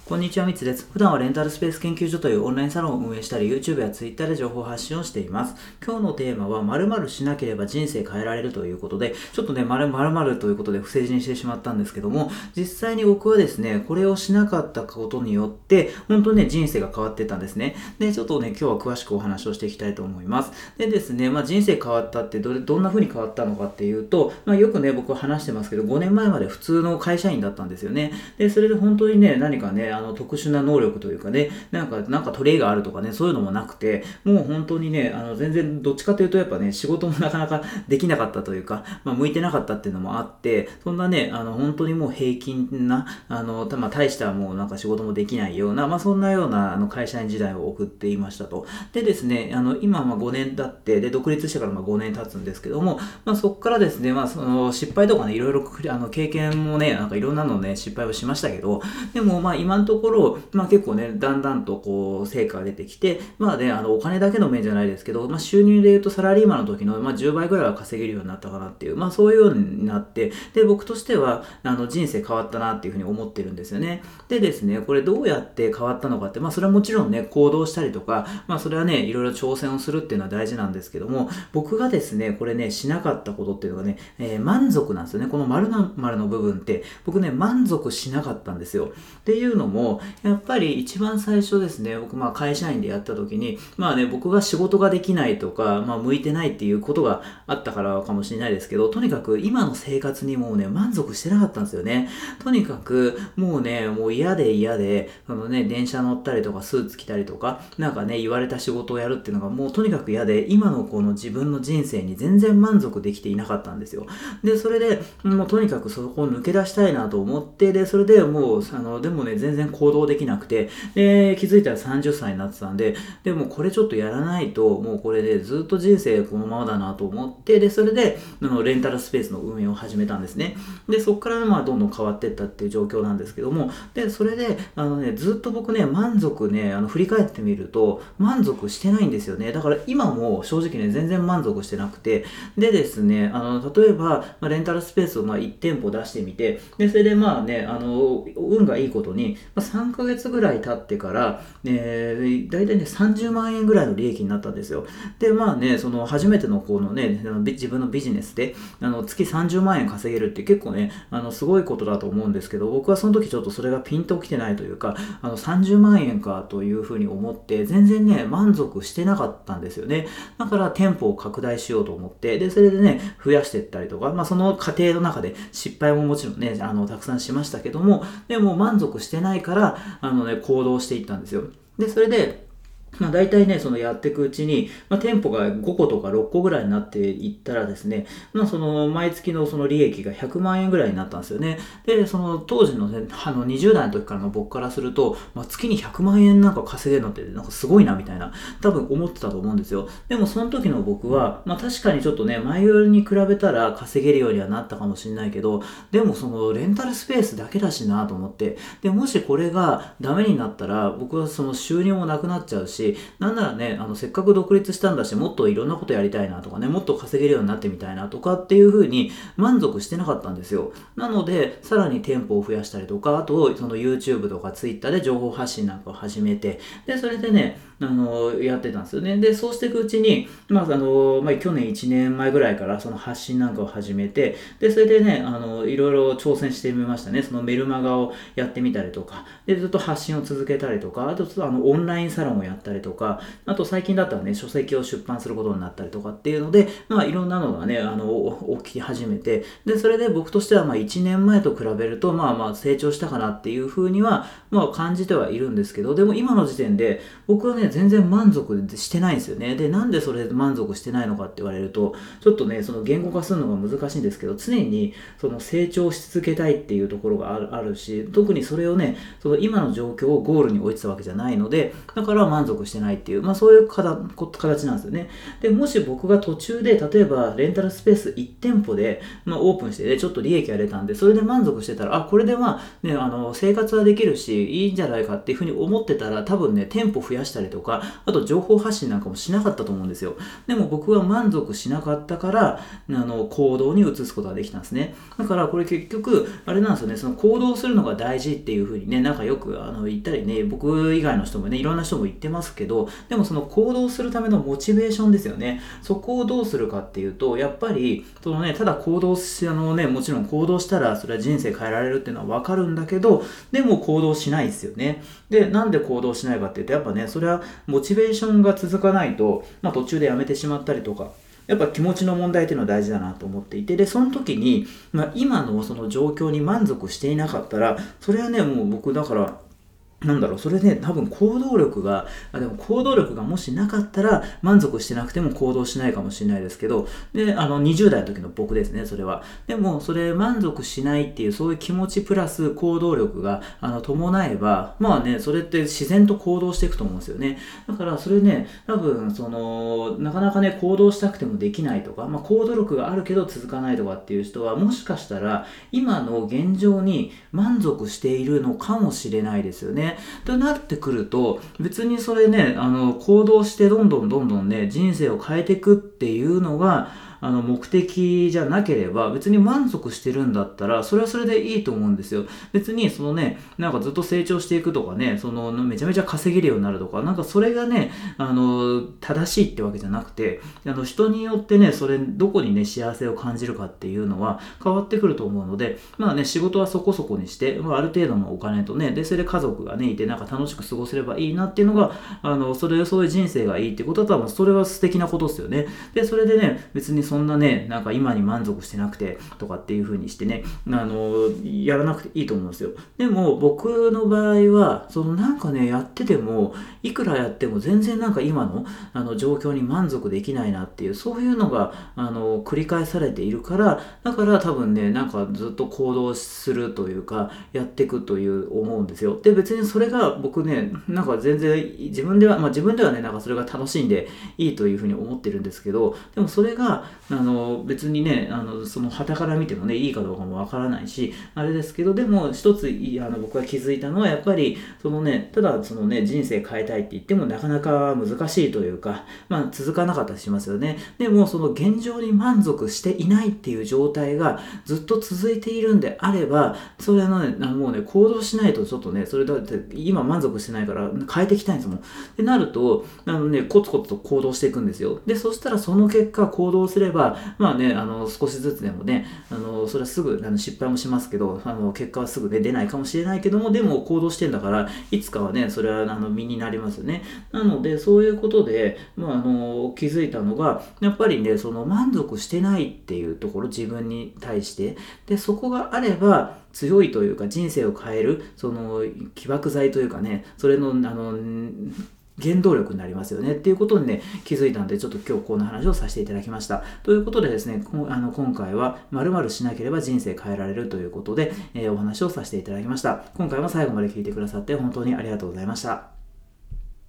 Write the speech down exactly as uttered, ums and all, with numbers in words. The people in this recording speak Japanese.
こんにちは、みつです。普段はレンタルスペース研究所というオンラインサロンを運営したり、YouTube や Twitter で情報発信をしています。今日のテーマは、〇〇しなければ人生変えられるということで、ちょっとね、〇〇ということで不正字にしてしまったんですけども、実際に僕はですね、これをしなかったことによって、本当にね、人生が変わっていったんですね。で、ちょっとね、今日は詳しくお話をしていきたいと思います。でですね、まあ人生変わったってどれ、どんな風に変わったのかっていうと、まあよくね、僕は話してますけど、ごねんまえまで普通の会社員だったんですよね。で、それで本当にね、何かね、あの特殊な能力というかね、なんか、なんかトレイがあるとかね、そういうのもなくて、もう本当にね、あの、全然どっちかというとやっぱね、仕事もなかなかできなかったというか、まあ、向いてなかったっていうのもあって、そんなね、あの、本当にもう平均な、あの、まあ、大したもうなんか仕事もできないような、まあ、そんなような、あの、会社員時代を送っていましたと。でですね、あの、今、まあ、ごねん経って、で、独立してからまあごねん経つんですけども、まあ、そこからですね、まあ、その、失敗とかね、いろいろ、あの、経験もね、なんかいろんなのね、失敗をしましたけど、でも、まあ、今のところ、まあ、結構ね、だんだんとこう、成果が出てきて、まあね、あの、お金だけの面じゃないですけど、まあ、収入で言うとサラリーマンの時の、まあ、じゅうばいぐらいは稼げるようになったかなっていう、まあ、そういうようになって、で、僕としては、あの、人生変わったなっていうふうに思ってるんですよね。でですね、これどうやって変わったのかって、まあ、それはもちろんね、行動したりとか、まあ、それはね、いろいろ挑戦をするっていうのは大事なんですけども、僕がですね、これね、しなかったことっていうのがね、えー、満足なんですよね。この丸の丸の部分って、僕ね、満足しなかったんですよ。っていうのも、やっぱり一番最初ですね、僕まあ会社員でやった時に、まあね、僕が仕事ができないとか、まあ向いてないっていうことがあったからかもしれないですけど、とにかく今の生活にもうね、満足してなかったんですよね。とにかく、もうね、もう嫌で嫌で、そのね、電車乗ったりとか、スーツ着たりとか、なんかね、言われた仕事をやるっていうのがもうとにかく嫌で、今のこの自分の人生に全然満足できていなかったんですよ。で、それで、もうとにかくそこを抜け出したいなと思って、で、それでもう、あの、でもね、全然行動できなくて、で、気づいたらさんじゅっさいになってたんで、でもこれちょっとやらないと、もうこれでずっと人生このままだなと思って、で、それで、あの、レンタルスペースの運営を始めたんですね。で、そこからまあ、どんどん変わっていったっていう状況なんですけども、で、それで、あのね、ずっと僕ね、満足ね、あの、振り返ってみると、満足してないんですよね。だから今も正直ね、全然満足してなくて、でですね、あの、例えば、まあ、レンタルスペースをまあいち店舗出してみて、で、それでまあね、あの、運がいいことに、まあ、さんかげつぐらい経ってから、えー、だいたいね、さんじゅうまんえんぐらいの利益になったんですよ。で、まあね、その初めてのこのね、あの自分のビジネスで、あの、月さんじゅうまんえん稼げるって結構ね、あの、すごいことだと思うんですけど、僕はその時ちょっとそれがピンときてないというか、あの、さんじゅうまんえんかというふうに思って、全然ね、満足してなかったんですよね。だから店舗を拡大しようと思って、で、それでね、増やしていったりとか、まあ、その過程の中で失敗ももちろんね、あの、たくさんしましたけども、でも満足してないから、あのね、行動していったんですよ。で、それで、まあ大体ね、そのやっていくうちに、まあ店舗がごことかろっこぐらいになっていったらですね、まあその毎月のその利益がひゃくまんえんぐらいになったんですよね。で、その当時のね、あのにじゅう代の時からの僕からすると、まあ月にひゃくまんえんなんか稼げるのってなんかすごいなみたいな、多分思ってたと思うんですよ。でもその時の僕は、まあ確かにちょっとね、前よりに比べたら稼げるようにはなったかもしれないけど、でもそのレンタルスペースだけだしなと思って、で、もしこれがダメになったら、僕はその収入もなくなっちゃうし、なんならね、あの、せっかく独立したんだし、もっといろんなことやりたいなとかね、もっと稼げるようになってみたいなとかっていう風に満足してなかったんですよ。なので、さらに店舗を増やしたりとか、あと、その YouTube とか Twitter で情報発信なんかを始めて、で、それでね、あの、やってたんですよね。で、そうしていくうちに、まあ、あの、まあ、去年いちねんまえぐらいからその発信なんかを始めて、で、それでね、あの、いろいろ挑戦してみましたね。そのメルマガをやってみたりとか、で、ずっと発信を続けたりとか、あと、あの、オンラインサロンをやったりとか、あと最近だったらね、書籍を出版することになったりとかっていうので、まあ、いろんなのがね、あの、起き始めて、で、それで僕としては、まあ、いちねんまえと比べると、まあまあ、成長したかなっていうふうには、まあ、感じてはいるんですけど、でも今の時点で、僕はね、全然満足してないんですよね。で、なんでそれ満足してないのかって言われると、ちょっとね、その言語化するのが難しいんですけど、常にその成長し続けたいっていうところがある、あるし、特にそれをね、その今の状況をゴールに置いてたわけじゃないので、だから満足足してないっていう、まあそういうかだ形なんですよね。で、もし僕が途中で、例えばレンタルスペースいち店舗で、まあ、オープンして、ね、ちょっと利益が出たんで、それで満足してたら、あ、これでまあ、ね、あの、生活はできるし、いいんじゃないかっていうふうに思ってたら、多分ね、店舗増やしたりとか、あと情報発信なんかもしなかったと思うんですよ。でも僕は満足しなかったから、あの、行動に移すことができたんですね。だからこれ結局、あれなんですよね、その行動するのが大事っていうふうにね、なんかよくあの言ったりね、僕以外の人もね、いろんな人も言ってますけど、でもその行動するためのモチベーションですよね。そこをどうするかっていうと、やっぱり、そのね、ただ行動し、あのね、もちろん行動したらそれは人生変えられるっていうのはわかるんだけど、でも行動しないですよね。で、なんで行動しないかっていうと、やっぱね、それはモチベーションが続かないと、まあ途中でやめてしまったりとか、やっぱ気持ちの問題っていうのは大事だなと思っていて、で、その時に、まあ、今のその状況に満足していなかったら、それはね、もう僕だから、なんだろう、それで、ね、多分行動力が、あ、でも行動力がもしなかったら満足してなくても行動しないかもしれないですけど、で、あのにじゅう代の時の僕ですね、それは。でも、それ満足しないっていうそういう気持ちプラス行動力があの伴えば、まあね、それって自然と行動していくと思うんですよね。だからそれね、多分、その、なかなかね、行動したくてもできないとか、まあ行動力があるけど続かないとかっていう人は、もしかしたら今の現状に満足しているのかもしれないですよね。となってくると、別にそれね、あの、行動してどんどんどんどんね、人生を変えていくっていうのが、あの、目的じゃなければ、別に満足してるんだったら、それはそれでいいと思うんですよ。別に、そのね、なんかずっと成長していくとかね、その、めちゃめちゃ稼げるようになるとか、なんかそれがね、あの、正しいってわけじゃなくて、あの、人によってね、それ、どこにね、幸せを感じるかっていうのは変わってくると思うので、まあね、仕事はそこそこにして、まあ、ある程度のお金とね、で、それで家族がね、いて、なんか楽しく過ごせればいいなっていうのが、あの、それ、そういう人生がいいってことだとは、それは素敵なことですよね。で、それでね、別にそんなね、なんか今に満足してなくてとかっていう風にしてね、あの、やらなくていいと思うんですよ。でも僕の場合は、そのなんかね、やってても、いくらやっても全然なんか今のあの状況に満足できないなっていう、そういうのが、あの、繰り返されているから、だから多分ね、なんかずっと行動するというか、やっていくという思うんですよ。で、別にそれが僕ね、なんか全然自分では、まあ自分ではね、なんかそれが楽しいんでいいというふうに思ってるんですけど、でもそれが、あの、別にね、あの、その傍から見てもね、いいかどうかもわからないし、あれですけど、でも一つ、あの、僕が気づいたのは、やっぱり、そのね、ただそのね、人生変えたいって言ってもなかなか難しいというか、まあ続かなかったりしますよね。でも、その現状に満足していないっていう状態がずっと続いているんであれば、それはね、もうね、行動しないとちょっとね、それだって今満足してないから変えていきたいんですもん。ってなると、あのね、コツコツと行動していくんですよ。で、そしたらその結果行動すれば、まあね、あの、少しずつでもね、あの、それはすぐ、あの、失敗もしますけど、あの、結果はすぐね、出ないかもしれないけども、でも行動してんだから、いつかはね、それは、あの、身になりますよね。なので、そういうことで、まあ、あの、気づいたのが、やっぱりね、その満足してないっていうところ、自分に対して、で、そこがあれば、強いというか、人生を変える、その、起爆剤というかね、それの、あの、原動力になりますよねっていうことにね、気づいたので、ちょっと今日こんな話をさせていただきました。ということでですね、こあの今回は〇〇しなければ人生変えられるということで、えー、お話をさせていただきました。今回も最後まで聞いてくださって本当にありがとうございました。